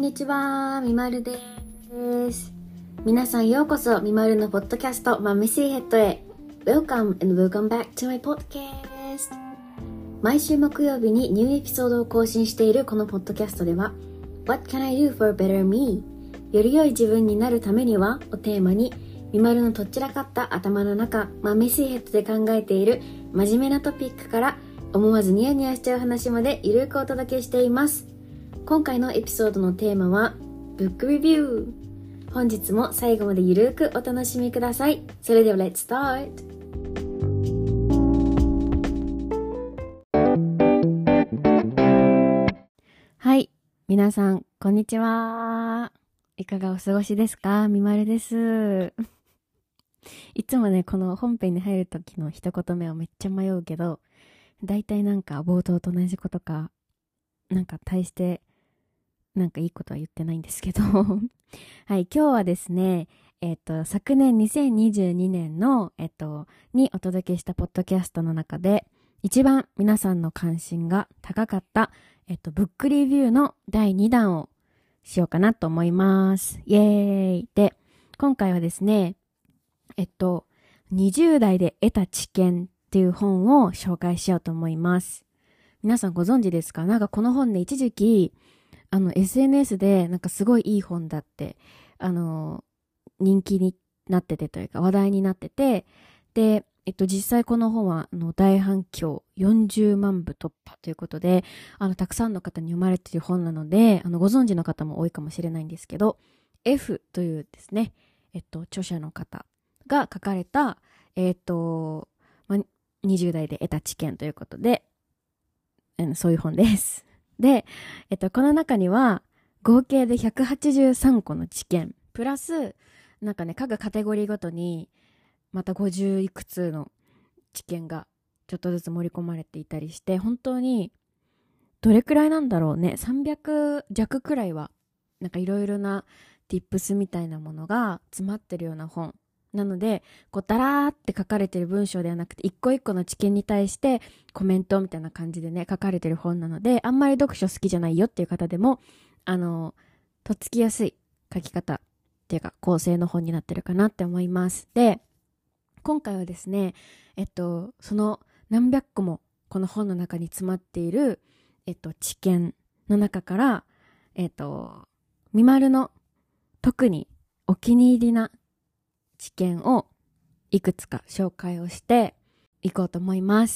んにちは、みまるです。皆さんようこそみまるのポッドキャストマメシーヘッドへ。 Welcome and welcome back to my podcast。 毎週木曜日にニューエピソードを更新しているこのポッドキャストでは What can I do for a better me？ より良い自分になるためにはをテーマに、みまるのとっちらかった頭の中マメシーヘッドで考えている真面目なトピックから思わずニヤニヤしちゃう話までゆるくお届けしています。今回のエピソードのテーマはブックレビュー。本日も最後までゆるくお楽しみください。それでは Let's start。 はい、皆さんこんにちは。いかがお過ごしですか？みまるです。いつもね、この本編に入る時の一言目をめっちゃ迷うけど、だいたいなんか冒頭と同じことか、なんか対してなんかいいことは言ってないんですけどはい、今日はですね、昨年2022年の、にお届けしたポッドキャストの中で一番皆さんの関心が高かった、ブックレビューの第2弾をしようかなと思います。イエーイ。で、今回はですね、20代で得た知見っていう本を紹介しようと思います。皆さんご存知ですか？なんかこの本ね、一時期SNS でなんかすごいいい本だって人気になっててというか話題になってて、で、実際この本は大反響40万部突破ということで、たくさんの方に読まれている本なので、ご存知の方も多いかもしれないんですけど、F というですね、著者の方が書かれた、20代で得た知見ということで、そういう本です。で、この中には合計で183個の知見プラスなんかね、各カテゴリーごとにまた50いくつの知見がちょっとずつ盛り込まれていたりして、本当にどれくらいなんだろうね、300弱くらいはなんかいろいろな tips みたいなものが詰まってるような本なので、こうダラーって書かれてる文章ではなくて、一個一個の知見に対してコメントみたいな感じでね書かれてる本なので、あんまり読書好きじゃないよっていう方でもとっつきやすい書き方っていうか構成の本になってるかなって思います。で、今回はですね、その何百個もこの本の中に詰まっている知見の中からみまるの特にお気に入りな知見をいくつか紹介をしていこうと思います。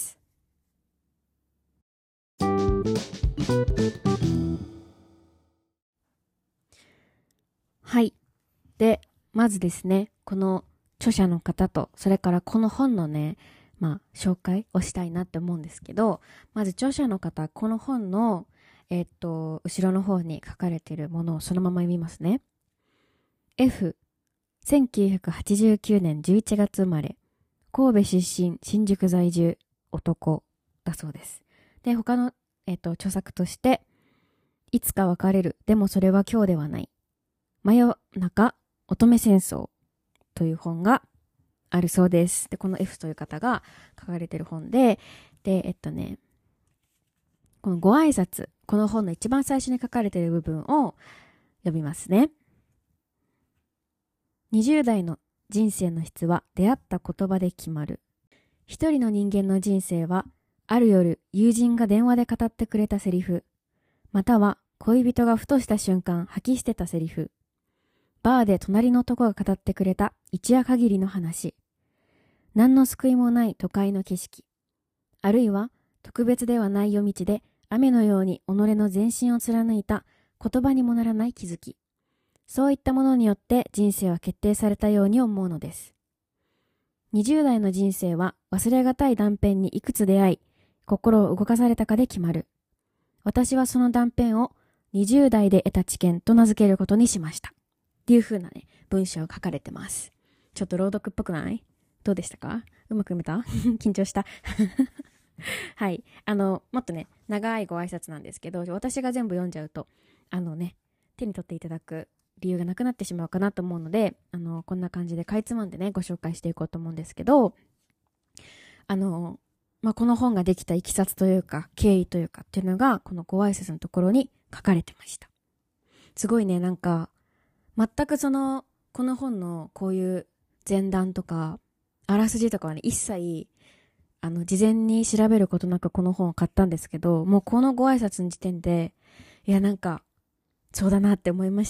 はい。で、まずですね、この著者の方と、それからこの本のね、紹介をしたいなって思うんですけど、まず著者の方、この本の後ろの方に書かれているものをそのまま読みますね。F、1989年11月生まれ、神戸出身、新宿在住、男だそうです。で、他の、著作として、いつか別れる、でもそれは今日ではない、真夜中、乙女戦争という本があるそうです。で、この F という方が書かれている本で、で、このご挨拶、この本の一番最初に書かれている部分を読みますね。20代の人生の質は出会った言葉で決まる。一人の人間の人生は、ある夜友人が電話で語ってくれたセリフ、または恋人がふとした瞬間吐き捨てたセリフ、バーで隣の男が語ってくれた一夜限りの話、何の救いもない都会の景色、あるいは特別ではない夜道で雨のように己の全身を貫いた言葉にもならない気づき、そういったものによって人生は決定されたように思うのです。20代の人生は忘れがたい断片にいくつ出会い、心を動かされたかで決まる。私はその断片を20代で得た知見と名付けることにしました。っていう風なね、文章が書かれてます。ちょっと朗読っぽくない？どうでしたか？うまく読めた？緊張したはい。もっとね、長いご挨拶なんですけど、私が全部読んじゃうと、手に取っていただく理由がなくなってしまうかなと思うので、こんな感じでかいつまんでね、ご紹介していこうと思うんですけど、この本ができたいきさつというか、経緯というかっていうのが、このご挨拶のところに書かれてました。 すごいね、なんか、全くこの本のこういう前段とか、あらすじとかはね、一切、事前に調べることなくこの本を買ったんですけど、もうこのご挨拶の時点で、いや、なんか、そうだなって思いました。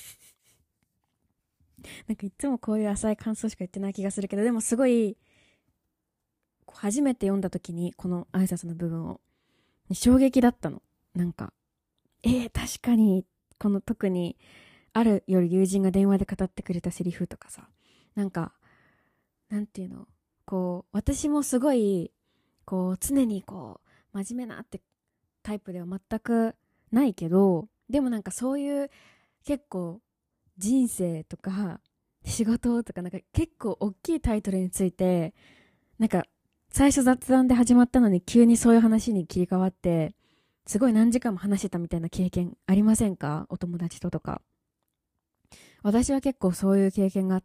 なんかいつもこういう浅い感想しか言ってない気がするけど、でもすごい、初めて読んだ時にこの挨拶の部分を、衝撃だったの。なんか、確かに、この特に、ある夜友人が電話で語ってくれたセリフとかさ、なんか、なんていうの、私もすごい、常に真面目なってタイプでは全くないけど、でもなんかそういう結構人生とか仕事とかなんか結構大きいタイトルについて、なんか最初雑談で始まったのに急にそういう話に切り替わって、すごい何時間も話してたみたいな経験ありませんか？お友達とか。私は結構そういう経験があって、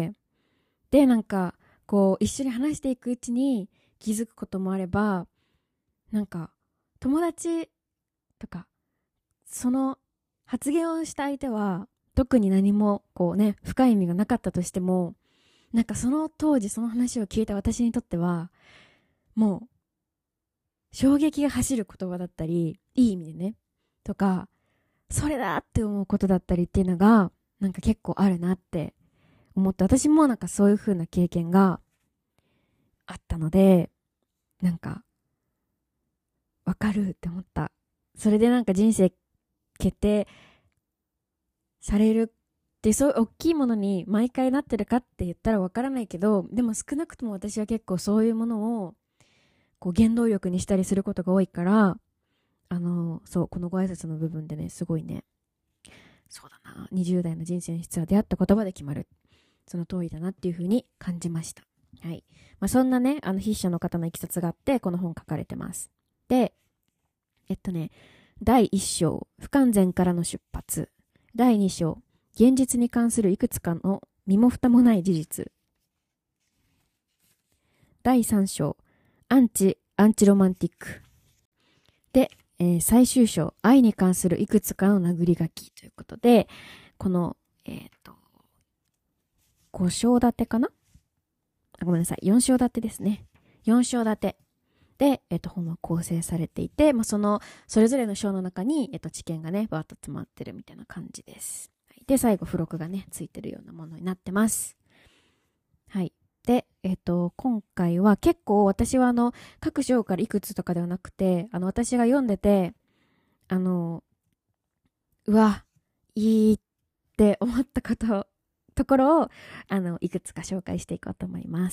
で、なんか、一緒に話していくうちに気づくこともあれば、なんか、友達とか、その発言をした相手は、特に何も、深い意味がなかったとしても、なんかその当時その話を聞いた私にとっては、もう、衝撃が走る言葉だったり、いい意味でね、とか、それだって思うことだったりっていうのが、なんか結構あるなって思って、私もなんかそういう風な経験があったので、なんか、わかるって思った。それでなんか人生決定されるって、そういう大きいものに毎回なってるかって言ったらわからないけど、でも少なくとも私は結構そういうものを、原動力にしたりすることが多いから、そう、このご挨拶の部分でね、すごいね、そうだな、20代の人生の質は出会った言葉で決まる。その通りだなっていう風に感じました。はい。まあ、そんなね、筆者の方のいきさつがあって、この本書かれてます。で、第1章、不完全からの出発。第2章、現実に関するいくつかの身も蓋もない事実。第3章、アンチロマンティック。で、最終章、愛に関するいくつかの殴り書きということで、この、5章立てかな？ごめんなさい。4章立てですね。4章立てで、本は構成されていて、まあ、それぞれの章の中に、知見がね、バーッと詰まってるみたいな感じです。で、最後、付録がね、ついてるようなものになってます。はい。で、今回は結構私は各章からいくつとかではなくて、私が読んでて、うわ、いいって思ったところを、いくつか紹介していこうと思います。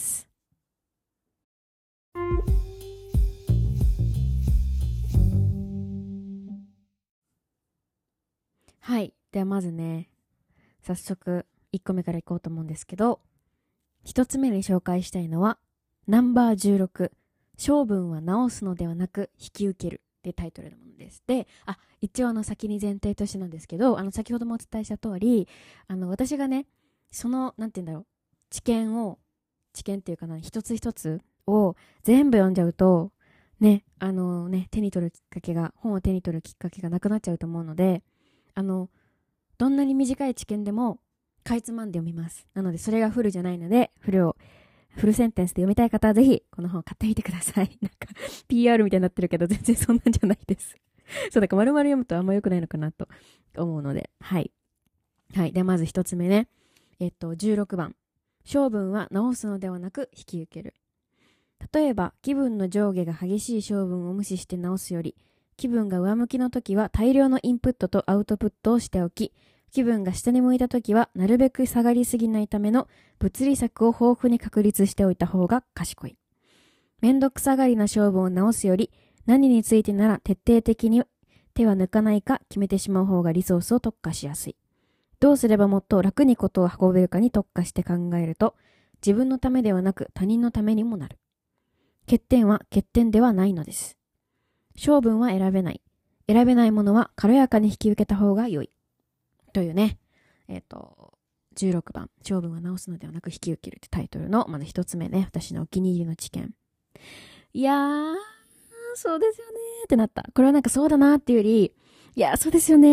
はい。ではまずね、早速1個目からいこうと思うんですけど、1つ目に紹介したいのは、ナンバー16、性分は直すのではなく引き受けるってタイトルのものです。で、一応先に前提としてなんですけど、先ほどもお伝えした通り、私がね、なんて言うんだろう、知見っていうかな、一つ一つを全部読んじゃうと、ね、本を手に取るきっかけがなくなっちゃうと思うので、どんなに短い知見でもかいつまんで読みます。なのでそれがフルじゃないので、フルセンテンスで読みたい方はぜひこの本を買ってみてください。なんか PR みたいになってるけど全然そんなんじゃないです。そうだから丸々読むとあんま良くないのかなと思うので、はい。はい。で、まず一つ目ね。16番。性分は直すのではなく引き受ける。例えば、気分の上下が激しい性分を無視して直すより、気分が上向きの時は大量のインプットとアウトプットをしておき、気分が下に向いた時はなるべく下がりすぎないための物理策を豊富に確立しておいた方が賢い。めんどくさがりな性分を直すより、何についてなら徹底的に手は抜かないか決めてしまう方がリソースを特化しやすい。どうすればもっと楽にことを運べるかに特化して考えると、自分のためではなく他人のためにもなる。欠点は欠点ではないのです。性分は選べない。選べないものは軽やかに引き受けた方が良い。というね、16番、性分は直すのではなく引き受けるってタイトルの、まず一つ目ね、私のお気に入りの知見。いやー、そうですよねーってなった。これはなんかそうだなーっていうより、いやー、そうですよねーって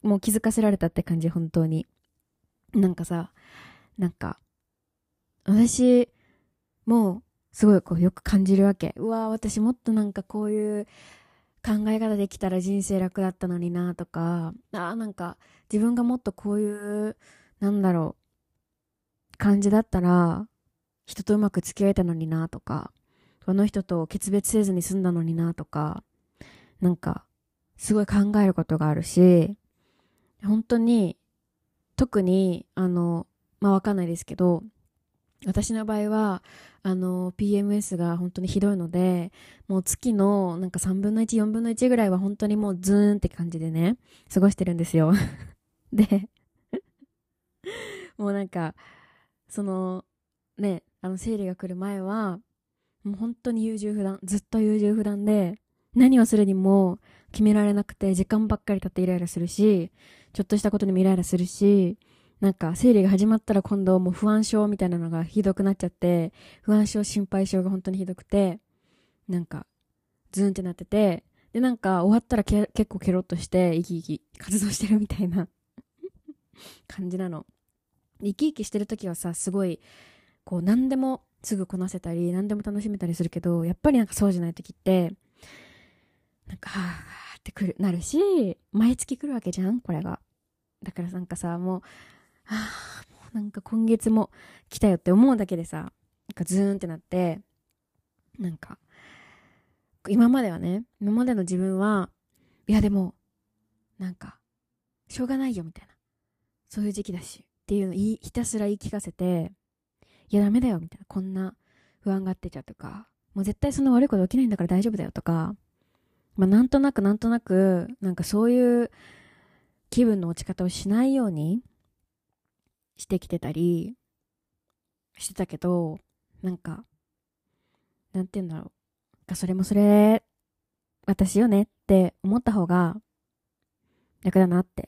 もう気づかせられたって感じ、本当に。なんかさ、なんか、私、もう、すごいこうよく感じるわけ。うわー、私もっとなんかこういう考え方できたら人生楽だったのになとか、なんか自分がもっとこういう、なんだろう、感じだったら、人とうまく付き合えたのになとか、あの人と決別せずに済んだのになとか、なんか、すごい考えることがあるし、本当に、特に、わかんないですけど、私の場合は、PMS が本当にひどいので、もう月のなんか3分の1、4分の1ぐらいは本当にもうズーンって感じでね、過ごしてるんですよ。で、もうなんか、その、ね、生理が来る前は、もう本当に優柔不断、ずっと優柔不断で、何をするにも決められなくて、時間ばっかり経ってイライラするし、ちょっとしたことにもイライラするし、なんか生理が始まったら今度もう不安症みたいなのがひどくなっちゃって、不安症、心配症が本当にひどくて、なんかズーンってなってて、でなんか終わったら結構ケロッとして生き生き活動してるみたいな感じなの。生き生きしてる時はさ、すごいこう何でもすぐこなせたり何でも楽しめたりするけど、やっぱりなんかそうじゃない時ってなんかはぁってなるし、毎月来るわけじゃんこれが。だからなんかさ、もうもうなんか今月も来たよって思うだけでさ、なんかズーンってなって、なんか今までの自分はいやでもなんかしょうがないよみたいな、そういう時期だしっていうのをひたすら言い聞かせて、いやダメだよみたいな、こんな不安があってちゃとか、もう絶対そんな悪いこと起きないんだから大丈夫だよとか、なんとなくなんかそういう気分の落ち方をしないようにしてきてたりしてたけど、なんかなんて言うんだろう、それもそれ私よねって思った方が楽だなって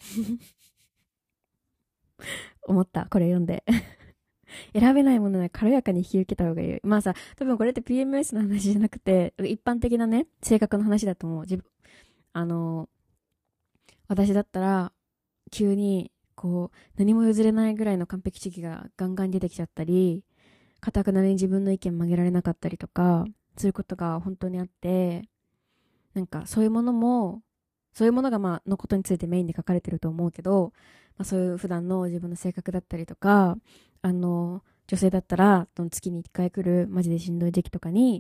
思った。これ読んで選べないものは軽やかに引き受けた方がいい。まあさ、多分これって PMS の話じゃなくて、一般的なね、性格の話だと思う。あの、私だったら、急に、こう、何も譲れないぐらいの完璧主義がガンガン出てきちゃったり、固くなりに自分の意見曲げられなかったりとか、そういうことが本当にあって、なんかそういうものがのことについてメインで書かれてると思うけど、そういう普段の自分の性格だったりとか、女性だったら、月に1回来るマジでしんどい時期とかに、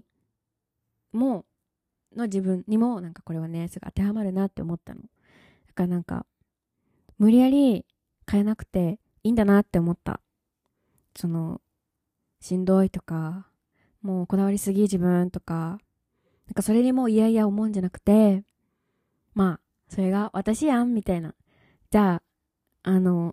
の自分にも、なんかこれはね、すぐ当てはまるなって思ったの。だからなんか、無理やり変えなくていいんだなって思った。その、しんどいとか、もうこだわりすぎ自分とか、なんかそれにもういやいや思うんじゃなくて、それが私やんみたいな。じゃあ、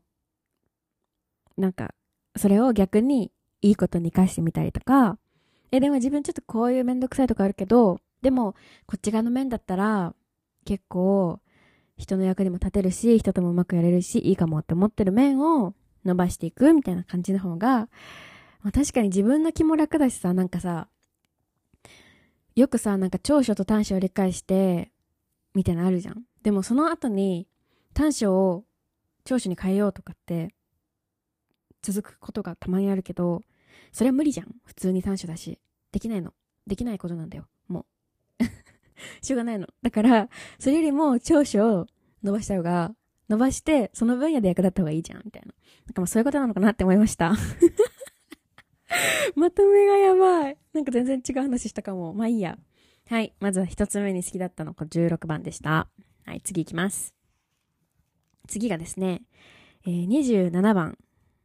なんか、それを逆にいいことに活かしてみたりとか、でも自分ちょっとこういうめんどくさいとこあるけど、でも、こっち側の面だったら、結構、人の役にも立てるし、人ともうまくやれるし、いいかもって思ってる面を伸ばしていくみたいな感じの方が、確かに自分の気も楽だしさ、なんかさ、よくさ、なんか長所と短所を理解して、みたいなのあるじゃん。でもその後に、短所を長所に変えようとかって、続くことがたまにあるけど、それは無理じゃん。普通に短所だし。できないの。できないことなんだよ。もう。しょうがないの。だから、それよりも長所を伸ばした方が、伸ばして、その分野で役立った方がいいじゃん。みたいな。なんかそういうことなのかなって思いました。まとめがやばい。なんか全然違う話したかも。まあいいや。はい。まずは一つ目に好きだったのが16番でした。はい。次いきます。次がですね、27番。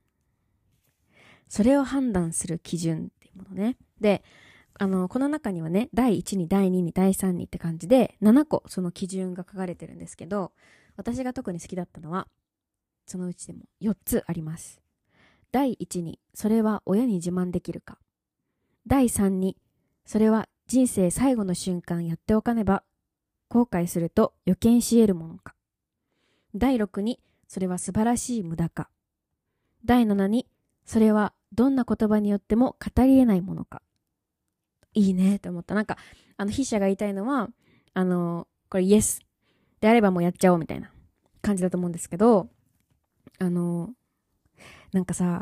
それを判断する基準っていうものね。で、この中にはね、第1に、第2に、第3にって感じで、7個その基準が書かれてるんですけど、私が特に好きだったのは、そのうちでも4つあります。第1に、それは親に自慢できるか。第3に、それは人生最後の瞬間やっておかねば、後悔すると予見し得るものか。第6に、それは素晴らしい無駄か。第7に、それはどんな言葉によっても語り得ないものか。いいねって思った。なんか、筆者が言いたいのは、これイエスであればもうやっちゃおうみたいな。 感じだと思うんですけど、なんかさ、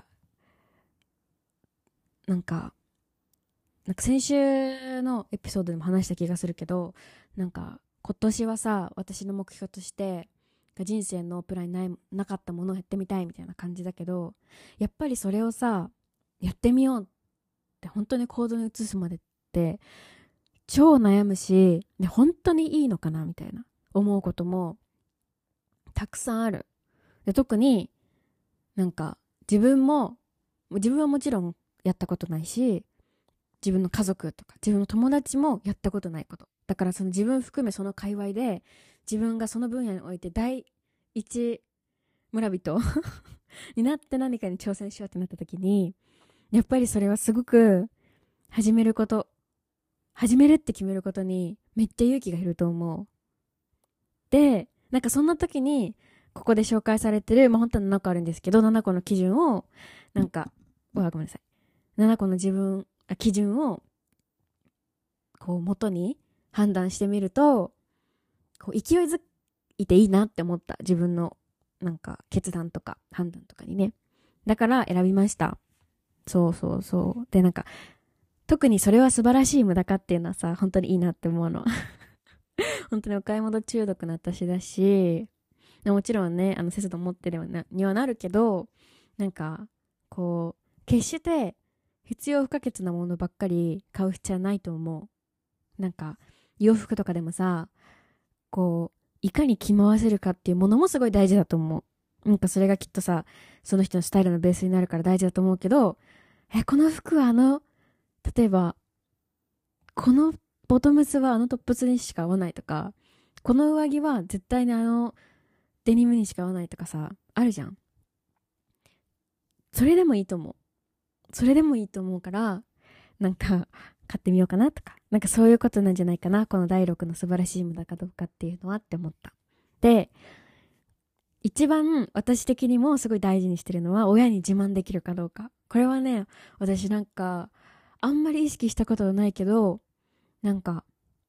なんか先週のエピソードでも話した気がするけど、なんか今年はさ、私の目標として人生のプランになかったものをやってみたいみたいな感じだけど、やっぱりそれをさ、やってみようって本当に行動に移すまでって超悩むし、で本当にいいのかなみたいな思うこともたくさんある。で特になんか自分はもちろんやったことないし、自分の家族とか自分の友達もやったことないこと。だからその自分含めその界隈で自分がその分野において第一村人になって何かに挑戦しようってなった時に、やっぱりそれはすごく始めるって決めることにめっちゃ勇気がいると思う。で、なんかそんな時にここで紹介されてる、本当は7個あるんですけど、7個の基準をなんかごめんなさい、7個の基準をこう元に判断してみると、こう勢いづいていいなって思った。自分のなんか決断とか判断とかにね。だから選びました。そうそうそう。でなんか特にそれは素晴らしい無駄かっていうのはさ、本当にいいなって思うの。本当にお買い物中毒な私だし、もちろんね、節度持ってにはなるけど、なんかこう決して必要不可欠なものばっかり買う必要はないと思う。なんか洋服とかでもさ、こういかに着回せるかっていうものもすごい大事だと思う。なんかそれがきっとさ、その人のスタイルのベースになるから大事だと思うけど、この服は例えばこのボトムスはトップスにしか合わないとか、この上着は絶対にデニムにしか合わないとかさ、あるじゃん。それでもいいと思う。それでもいいと思うから、なんか買ってみようかなとか、なんかそういうことなんじゃないかな、この第6の素晴らしい無駄かどうかっていうのはって思った。で、一番私的にもすごい大事にしてるのは親に自慢できるかどうか。これはね、私なんかあんまり意識したことはないけど、なんか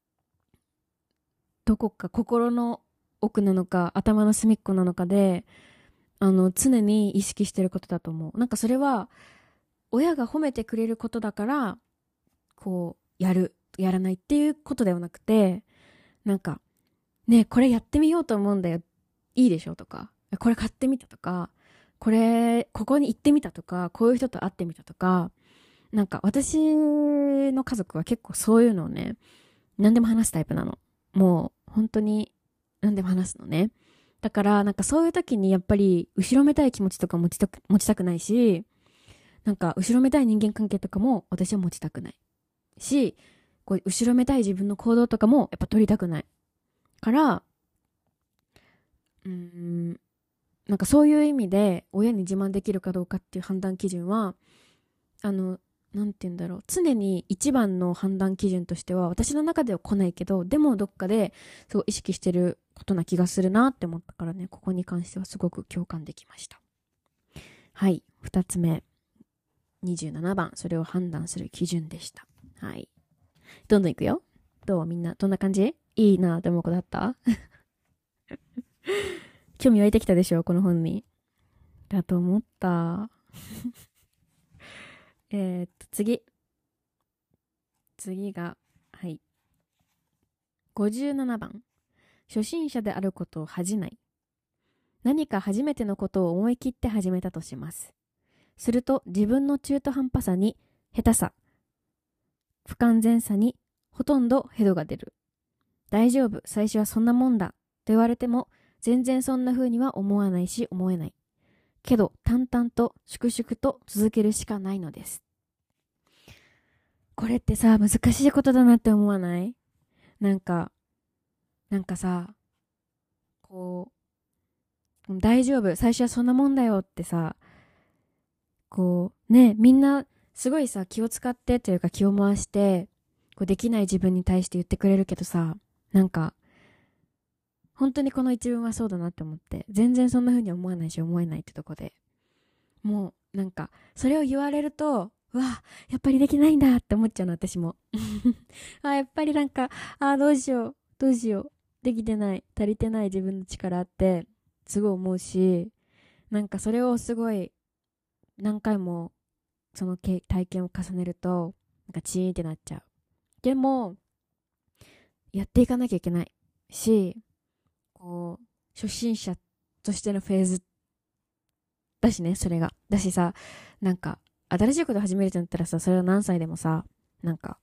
どこか心の奥なのか頭の隅っこなのかで常に意識してることだと思う。なんかそれは親が褒めてくれることだからこうやらないっていうことではなくて、なんかね、これやってみようと思うんだよ、いいでしょとか、これ買ってみたとか、ここに行ってみたとか、こういう人と会ってみたとか、なんか私の家族は結構そういうのをね、何でも話すタイプなの。もう本当に何でも話すのね。だからなんかそういう時にやっぱり後ろめたい気持ちとか持ちたくないし、なんか後ろめたい人間関係とかも私は持ちたくないし、こう後ろめたい自分の行動とかもやっぱ取りたくないから、なんかそういう意味で親に自慢できるかどうかっていう判断基準はなんて言うんだろう、常に一番の判断基準としては私の中では来ないけど、でもどっかですごい意識してることな気がするなって思ったからね、ここに関してはすごく共感できました。はい、2つ目、27番、それを判断する基準でした。はい、どんどんいくよ。どう、みんなどんな感じ？いいなって思う子だった興味湧いてきたでしょ、この本に。だと思った次が、はい。57番。初心者であることを恥じない。何か初めてのことを思い切って始めたとします。すると自分の中途半端さに下手さ、不完全さにほとんどヘドが出る。大丈夫、最初はそんなもんだと言われても全然そんな風には思わないし思えない。けど淡々と粛々と続けるしかないのです。これってさ、難しいことだなって思わない？なんかさ、こう、大丈夫、最初はそんなもんだよってさ、こう、ね、みんなすごいさ、気を使ってというか気を回して、こうできない自分に対して言ってくれるけどさ、なんか、本当にこの一文はそうだなって思って、全然そんな風に思わないし思えないってとこで、もうなんか、それを言われると、うわ、やっぱりできないんだって思っちゃうの、私も。やっぱりなんか、どうしよう、できてない、足りてない自分の力ってすごい思うし、なんかそれをすごい何回もその体験を重ねると、なんかチーンってなっちゃう。でも、やっていかなきゃいけないし、こう、初心者としてのフェーズだしね、それが。だしさ、なんか、新しいこと始めるってなったらさ、それは何歳でもさ、なんか、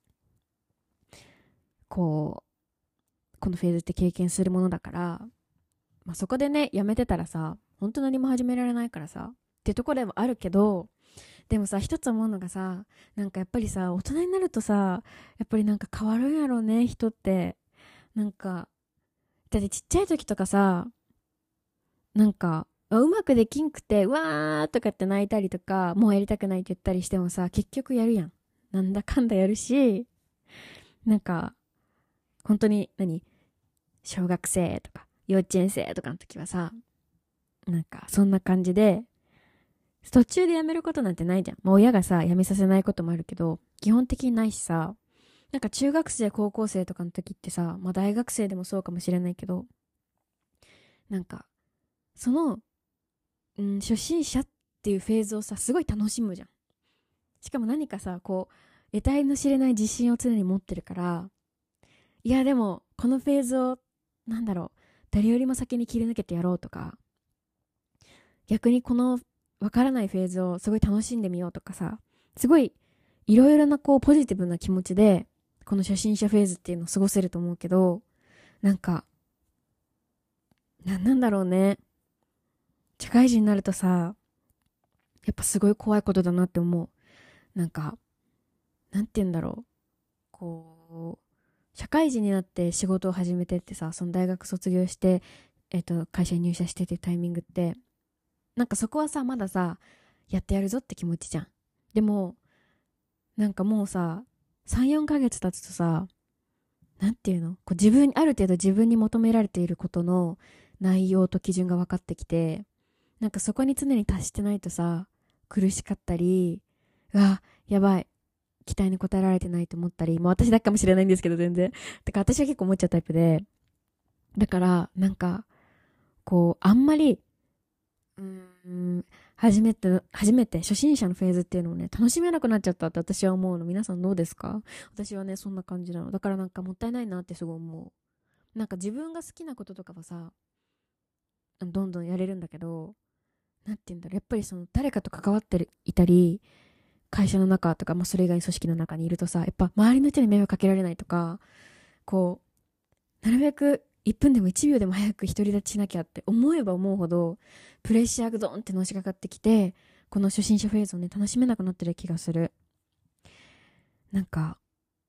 ここのフェーズって経験するものだから、まあ、そこでね、やめてたらさ、本当何も始められないからさ、ってところでもあるけど、でもさ、一つ思うのがさ、なんかやっぱりさ、大人になるとさ、やっぱりなんか変わるんやろうね、人って。なんか、だってちっちゃい時とかさ、なんか、うまくできんくて、うわーとかって泣いたりとか、もうやりたくないって言ったりしてもさ、結局やるやん。なんだかんだやるし、なんか、本当に小学生とか、幼稚園生とかの時はさ、なんか、そんな感じで、途中でやめることなんてないじゃん。まあ、親がさ、やめさせないこともあるけど、基本的にないしさ、なんか中学生、高校生とかの時ってさ、まあ大学生でもそうかもしれないけど、なんか、その、初心者っていうフェーズをさ、すごい楽しむじゃん。しかも何かさ、こう、得体の知れない自信を常に持ってるから、いやでも、このフェーズを、なんだろう、誰よりも先に切り抜けてやろうとか、逆にこのわからないフェーズをすごい楽しんでみようとかさ、すごいいろいろなこうポジティブな気持ちで、この初心者フェーズっていうのを過ごせると思うけど、なんか、なんだろうね。社会人になるとさ、やっぱすごい怖いことだなって思う。なんか、なんて言うんだろう。こう、社会人になって仕事を始めてってさ、その大学卒業して、会社に入社してっていうタイミングって、なんかそこはさ、まださ、やってやるぞって気持ちじゃん。でも、なんかもうさ、3、4ヶ月経つとさ、なんていうのこうある程度自分に求められていることの内容と基準が分かってきて、なんかそこに常に達してないとさ、苦しかったり、うわ、やばい、期待に応えられてないと思ったり、もう私だけかもしれないんですけど全然。てか私は結構思っちゃうタイプで、だから、なんか、こう、あんまり、うーん、初めて初心者のフェーズっていうのをね、楽しめなくなっちゃったって私は思うの。皆さんどうですか？私はね、そんな感じなの。だからなんかもったいないなってすごい思う。なんか自分が好きなこととかはさ、どんどんやれるんだけど、なんて言うんだろう、やっぱりその誰かと関わっていたり、会社の中とか、まあそれ以外組織の中にいるとさ、やっぱ周りの人に迷惑かけられないとか、こう、なるべく1分でも1秒でも早く独り立ちしなきゃって思えば思うほど、プレッシャーがドーンってのしかかってきて、この初心者フェーズをね、楽しめなくなってる気がする。なんか、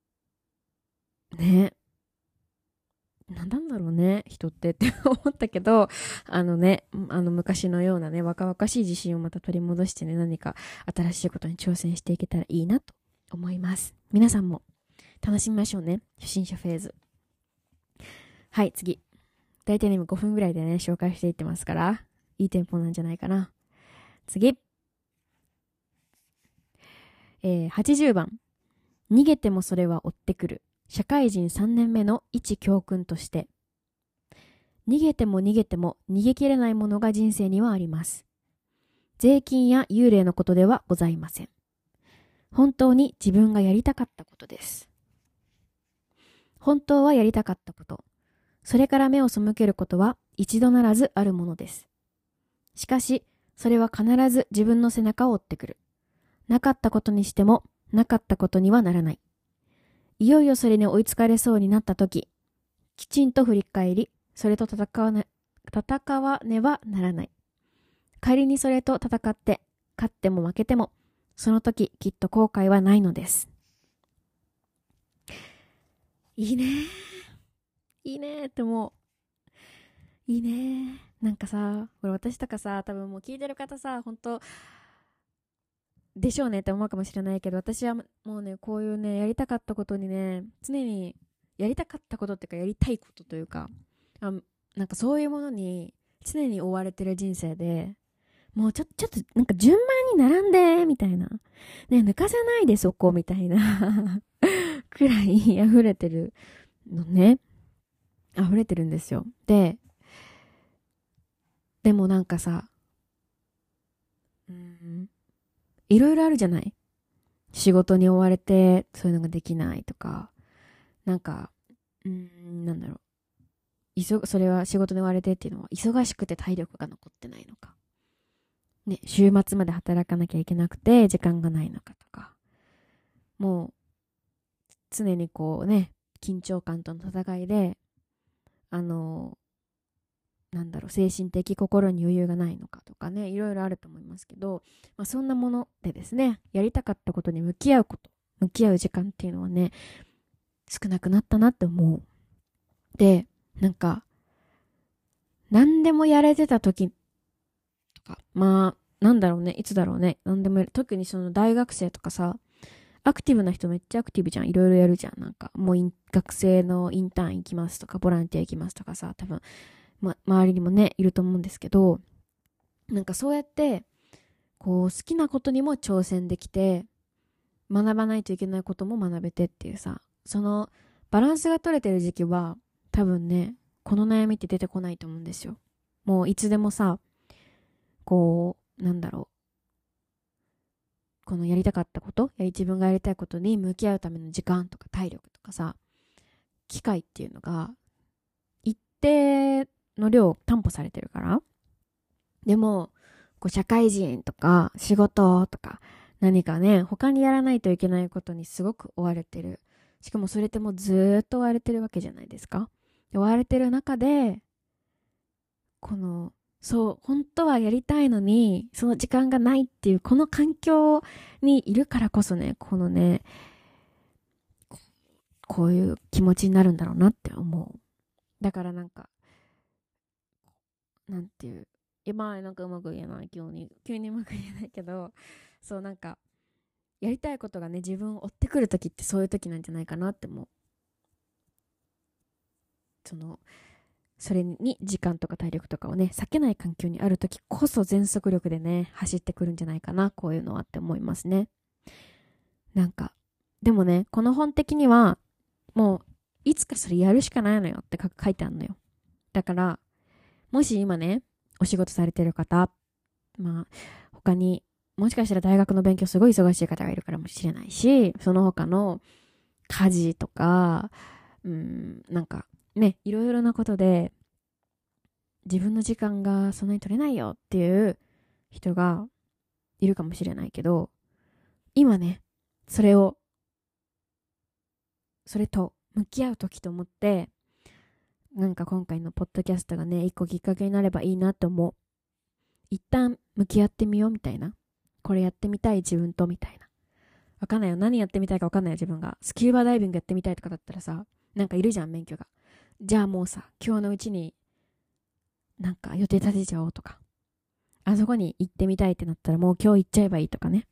ね、なんなんだろうね、人ってって思ったけど、昔のようなね、若々しい自信をまた取り戻してね、何か新しいことに挑戦していけたらいいなと思います。皆さんも楽しみましょうね、初心者フェーズ。はい、次。大体ね、5分ぐらいでね、紹介していってますから、いいテンポなんじゃないかな。次。80番。逃げてもそれは追ってくる。社会人3年目の一教訓として。逃げても逃げても逃げきれないものが人生にはあります。税金や幽霊のことではございません。本当に自分がやりたかったことです。本当はやりたかったこと。それから目を背けることは一度ならずあるものです。しかし、それは必ず自分の背中を追ってくる。なかったことにしても、なかったことにはならない。いよいよそれに追いつかれそうになったとき、きちんと振り返り、それと戦わねばならない。仮にそれと戦って、勝っても負けても、その時きっと後悔はないのです。いいね。いいねって思う。いいね。なんかさ、これ私とかさ、多分もう聞いてる方さ、本当でしょうねって思うかもしれないけど、私はもうね、こういうね、やりたかったことにね、常にやりたかったことっていうか、やりたいことというか、なんかそういうものに常に追われてる人生で、もうちょっと、なんか順番に並んで、みたいな。ね、抜かさないでそこ、みたいなくらい溢れてるのね。溢れてるんですよ。ででもなんかさ、いろいろあるじゃない。仕事に追われてそういうのができないとか、なんか、なんだろう。それは仕事に追われてっていうのは、忙しくて体力が残ってないのか。ね、週末まで働かなきゃいけなくて時間がないのかとか。もう、常にこうね、緊張感との戦いで、精神的心に余裕がないのかとかね、いろいろあると思いますけど、そんなものでですね、やりたかったことに向き合う時間っていうのはね、少なくなったなって思う。で、なんか、何でもやれてた時とか、いつだろうね、何でも特にその大学生とかさ、アクティブな人めっちゃアクティブじゃん。いろいろやるじゃん。なんか、もう学生のインターン行きますとか、ボランティア行きますとかさ、多分、周りにもね、いると思うんですけど、なんかそうやって、こう、好きなことにも挑戦できて、学ばないといけないことも学べてっていうさ、その、バランスが取れてる時期は、多分ね、この悩みって出てこないと思うんですよ。もういつでもさ、こう、このやりたかったこと、自分がやりたいことに向き合うための時間とか体力とかさ、機会っていうのが、一定の量担保されてるから。でも、こう社会人とか仕事とか何かね、他にやらないといけないことにすごく追われてる。しかもそれってもうずーっと追われてるわけじゃないですか。で追われてる中で、本当はやりたいのに、その時間がないっていう、この環境にいるからこそね、こういう気持ちになるんだろうなって思う。だからなんか、なんていう、なんかうまく言えない、急にうまく言えないけど、そうなんか、やりたいことがね、自分を追ってくるときってそういうときなんじゃないかなって思う。それに時間とか体力とかをね、避けない環境にあるときこそ全速力でね、走ってくるんじゃないかな、こういうのはって思いますね。なんか、でもね、この本的には、もう、いつかそれやるしかないのよって書いてあるのよ。だから、もし今ね、お仕事されてる方、他に、もしかしたら大学の勉強すごい忙しい方がいるからもしれないし、その他の家事とか、なんかね、いろいろなことで自分の時間がそんなに取れないよっていう人がいるかもしれないけど、今ね、それと向き合う時と思って、なんか今回のポッドキャストがね、一個きっかけになればいいなって思う。一旦向き合ってみようみたいな。これやってみたい自分とみたいな。わかんないよ。何やってみたいかわかんないよ、自分が。スキューバダイビングやってみたいとかだったらさ、なんかいるじゃん、免許が。じゃあもうさ、今日のうちになんか予定立てちゃおうとか。あそこに行ってみたいってなったらもう今日行っちゃえばいいとかね。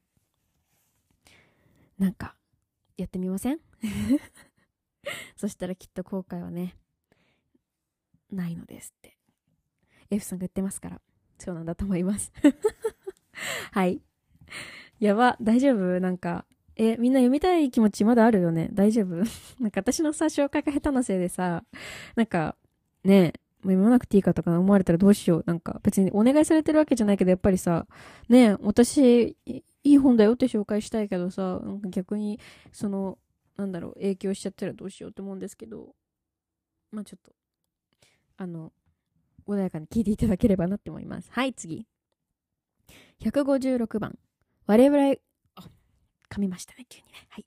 なんか、やってみませんそしたらきっと後悔はね、ないのですって。F さんが言ってますから。そうなんだと思いますはい。やば、大丈夫なんか、みんな読みたい気持ちまだあるよね。大丈夫なんか私のさ、紹介が下手なせいでさ、なんか、ねもう読まなくていいかとか思われたらどうしよう。なんか別にお願いされてるわけじゃないけど、やっぱりさ、私、いい本だよって紹介したいけどさ、なんか逆に、影響しちゃったらどうしようって思うんですけど、ちょっと、穏やかに聞いていただければなって思います。はい、次。156番。我々、噛みましたね、急にね。はい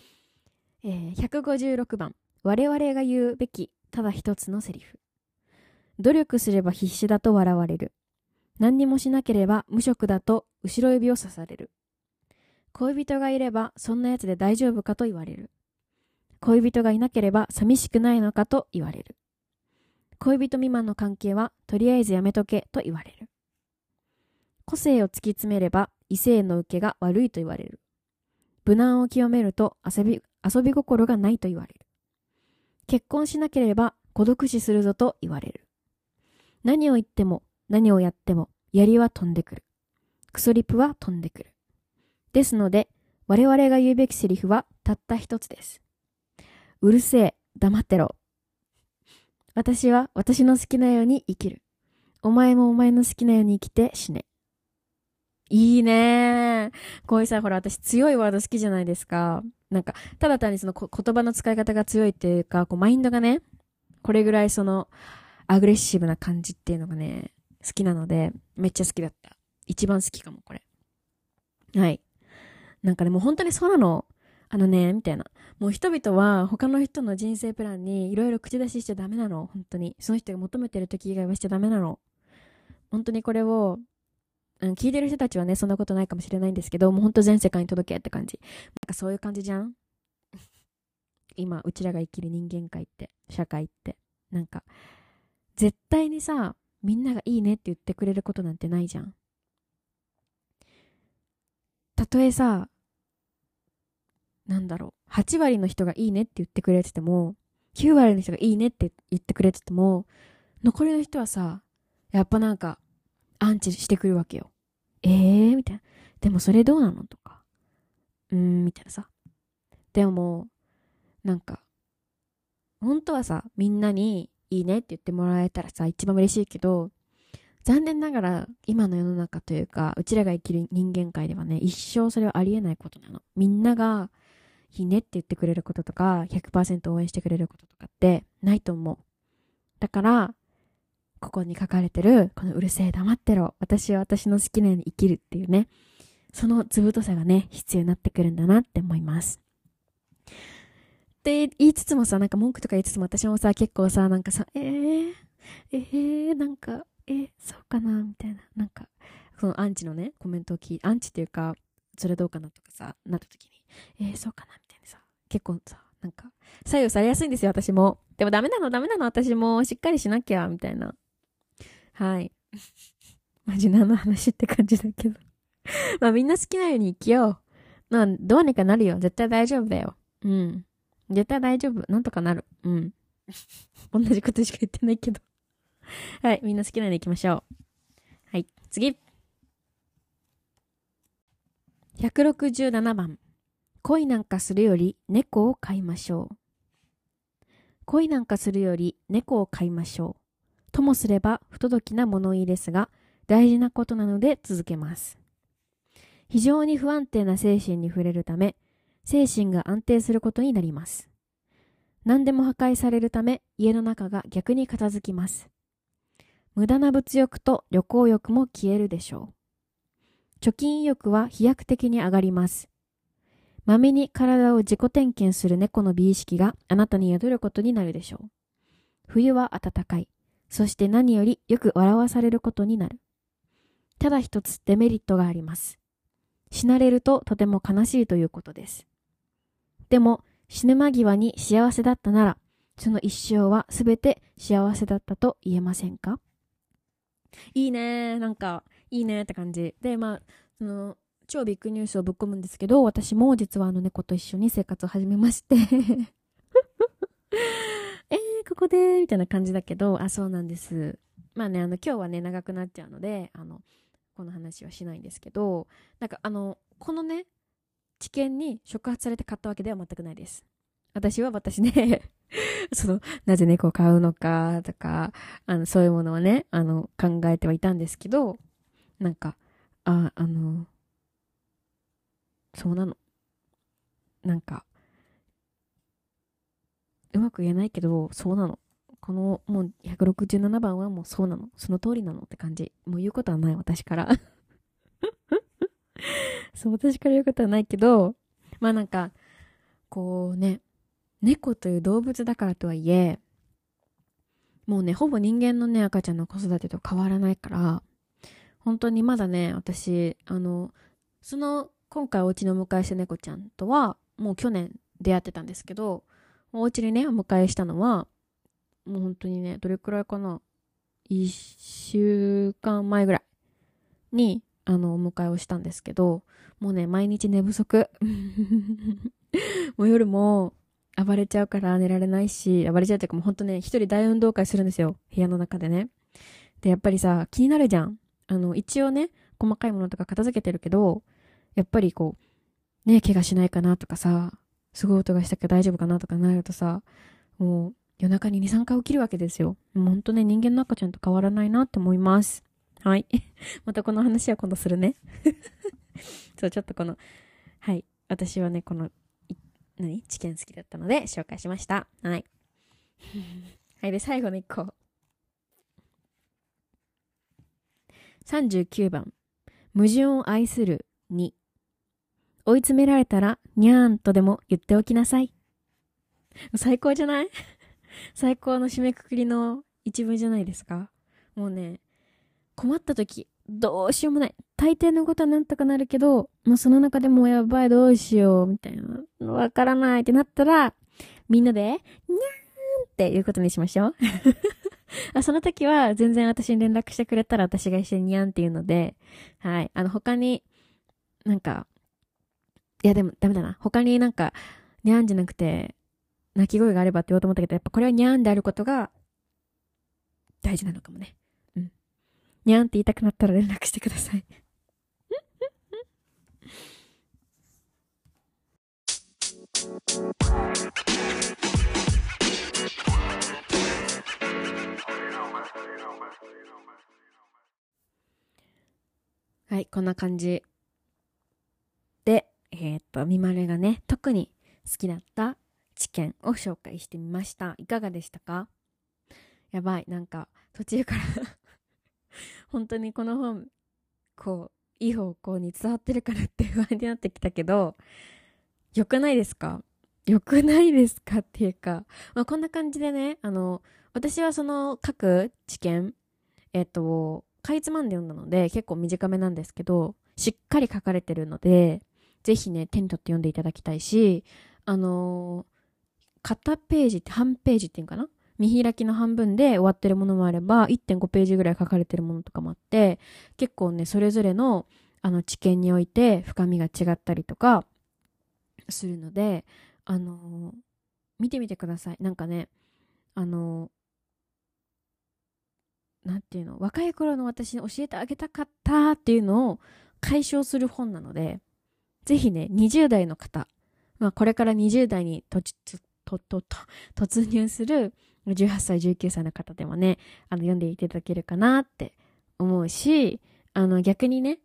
。156番。我々が言うべき、ただ一つのセリフ。努力すれば必死だと笑われる。何にもしなければ無職だと後ろ指を刺される。恋人がいればそんなやつで大丈夫かと言われる。恋人がいなければ寂しくないのかと言われる。恋人未満の関係はとりあえずやめとけと言われる。個性を突き詰めれば異性の受けが悪いと言われる。無難を極めると遊び心がないと言われる。結婚しなければ孤独死するぞと言われる。何を言っても何をやっても槍は飛んでくる。クソリプは飛んでくる。ですので我々が言うべきセリフはたった一つです。うるせえ、黙ってろ。私は私の好きなように生きる。 お前もお前の好きなように生きて死ね。いいねー。こういうさ、ほら、私強いワード好きじゃないですか。なんか、ただ単にその言葉の使い方が強いっていうか、こう、マインドがね、これぐらいその、アグレッシブな感じっていうのがね、好きなので、めっちゃ好きだった。一番好きかも、これ。はい。なんかね、もう本当にそうなの。みたいな。もう人々は他の人の人生プランにいろいろ口出ししちゃダメなの。本当に。その人が求めてる時以外はしちゃダメなの。本当にこれを、聞いてる人たちはね、そんなことないかもしれないんですけど、もう本当全世界に届けって感じ。なんかそういう感じじゃん。今、うちらが生きる人間界って、社会って。なんか、絶対にさ、みんながいいねって言ってくれることなんてないじゃん。たとえさ、なんだろう、8割の人がいいねって言ってくれてても、9割の人がいいねって言ってくれてても、残りの人はさ、やっぱなんか、アンチしてくるわけよ。みたいな。でもそれどうなのとか。みたいなさ。でも、なんか、本当はさ、みんなにいいねって言ってもらえたらさ、一番嬉しいけど、残念ながら今の世の中というか、うちらが生きる人間界ではね、一生それはありえないことなの。みんながいいねって言ってくれることとか、100% 応援してくれることとかってないと思う。だから、ここに書かれてる、このうるせえ黙ってろ。私は私の好きなように生きるっていうね。その図太さがね、必要になってくるんだなって思います。って言いつつもさ、なんか文句とか言いつつも私もさ、結構さ、なんかさ、なんか、そうかなみたいな。なんか、そのアンチのね、コメントを聞いて、アンチっていうか、それどうかなとかさ、なった時に、そうかなみたいなさ、結構さ、なんか、左右されやすいんですよ、私も。でもダメなの、私もしっかりしなきゃ、みたいな。はい。マジ何の話って感じだけど。まあみんな好きなように生きよう。まあどうにかなるよ。絶対大丈夫だよ。うん。絶対大丈夫。なんとかなる。うん。同じことしか言ってないけど。はい。みんな好きなように行きましょう。はい。次。167番。恋なんかするより猫を飼いましょう。恋なんかするより猫を飼いましょう。ともすれば不届きな物言いですが、大事なことなので続けます。非常に不安定な精神に触れるため、精神が安定することになります。何でも破壊されるため、家の中が逆に片付きます。無駄な物欲と旅行欲も消えるでしょう。貯金意欲は飛躍的に上がります。まめに体を自己点検する猫の美意識があなたに宿ることになるでしょう。冬は暖かい。そして何よりよく笑わされることになる。ただ一つデメリットがあります。死なれるととても悲しいということです。でも死ぬ間際に幸せだったなら、その一生はすべて幸せだったと言えませんか？いいねー。なんか、いいねーって感じ。で、まあ、その、超ビッグニュースをぶっ込むんですけど、私も実は猫と一緒に生活を始めましてここでみたいな感じだけど、そうなんです。まあね、今日はね、長くなっちゃうので、この話はしないんですけど、なんかこのね、知見に触発されて買ったわけでは全くないです。私は私でなぜ猫を飼うのかとか、そういうものをね、考えてはいたんですけど、なんか、そうなの。なんか、うまく言えないけど、そうなの。この、もう167番はもうそうなの。その通りなのって感じ。もう言うことはない、私から。そう、私から言うことはないけど、まあなんか、こうね、猫という動物だからとはいえ、もうね、ほぼ人間のね、赤ちゃんの子育てと変わらないから、本当にまだね、私、今回お家にお迎えした猫ちゃんとは、もう去年出会ってたんですけど、お家にね、お迎えしたのは、もう本当にね、どれくらいかな、1週間前ぐらいに、お迎えをしたんですけど、もうね、毎日寝不足。もう夜も暴れちゃうから寝られないし、暴れちゃうっていうかもうほんとね、一人大運動会するんですよ。部屋の中でね。で、やっぱりさ、気になるじゃん。一応ね、細かいものとか片付けてるけど、やっぱりこう、ね、怪我しないかなとかさ、すごい音がしたけど大丈夫かなとかなるとさ、もう、 夜中に2、3回起きるわけですよ。もうほんとね、人間の赤ちゃんと変わらないなって思います。はい。またこの話は今度するね。そう、ちょっとはい。私はね、知見好きだったので紹介しました。はい。はい。で、最後の1個。39番。矛盾を愛する2。追い詰められたら、にゃーんとでも言っておきなさい。最高じゃない？最高の締めくくりの一文じゃないですか。もうね、困った時、どうしようもない。大抵のことはなんとかなるけど、もうその中でもやばい、どうしよう、みたいな。わからないってなったら、みんなで、にゃーんっていうことにしましょう。その時は全然私に連絡してくれたら私が一緒ににゃんっていうので、はい。他に、いやでもダメだな。他ににゃんじゃなくて、鳴き声があればって言おうと思ったけど、やっぱこれはにゃんであることが大事なのかもね。うん。にゃんって言いたくなったら連絡してください。はい、こんな感じで、みまるがね、特に好きだった知見を紹介してみました。いかがでしたか？やばい、途中から本当にこの本、いい方向に伝わってるかなって不安になってきたけど、良くないですか？良くないですかっていうか、こんな感じでね、私はその各知見、かいつまんで読んだので結構短めなんですけど、しっかり書かれてるので、ぜひね、手に取って読んでいただきたいし、片ページって半ページっていうかな、見開きの半分で終わってるものもあれば 1.5 ページぐらい書かれてるものとかもあって、結構ねそれぞれの知見において深みが違ったりとかするので、見てみてください。なんていうの、若い頃の私に教えてあげたかったっていうのを解消する本なので、ぜひね、20代の方、これから20代に突入する18歳、19歳の方でもね、読んでいただけるかなって思うし、逆にね、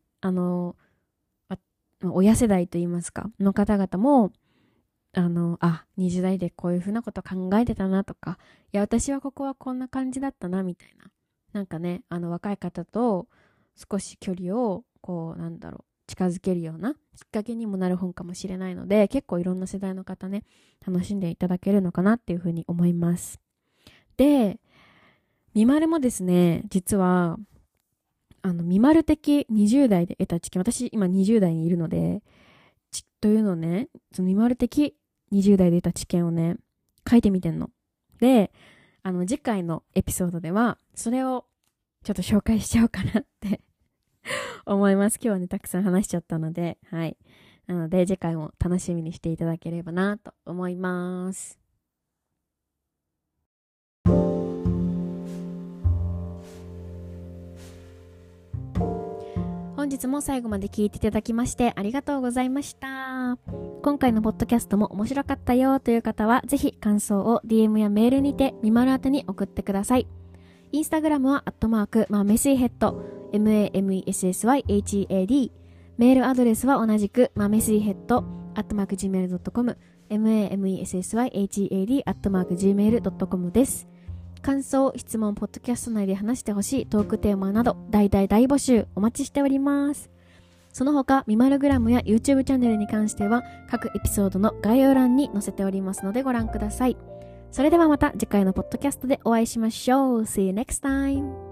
親世代といいますか、の方々も、20代でこういうふうなこと考えてたなとか、いや、私はここはこんな感じだったな、みたいな。若い方と少し距離を、近づけるようなきっかけにもなる本かもしれないので、結構いろんな世代の方ね、楽しんでいただけるのかなっていうふうに思います。で、みまるもですね、実は、みまる的20代で得た知見、私今20代にいるので、というのをね、そのみまる的20代で得た知見をね、書いてみてんの。で、次回のエピソードでは、それをちょっと紹介しちゃおうかなって思います。今日はね、たくさん話しちゃったので、はい。なので、次回も楽しみにしていただければなと思います。本日も最後まで聞いていただきましてありがとうございました。今回のポッドキャストも面白かったよという方は、ぜひ感想を DM やメールにてみまる宛てに送ってください。インスタグラムはマメスイヘッド、MAMESSYHEAD。メールアドレスは同じくマメスイヘッド、@gmail.com、MAMESSYHEAD、@gmail.com です。感想、質問、ポッドキャスト内で話してほしいトークテーマなど、大募集お待ちしております。その他、みまるグラムや YouTube チャンネルに関しては、各エピソードの概要欄に載せておりますのでご覧ください。それではまた次回のポッドキャストでお会いしましょう。See you next time!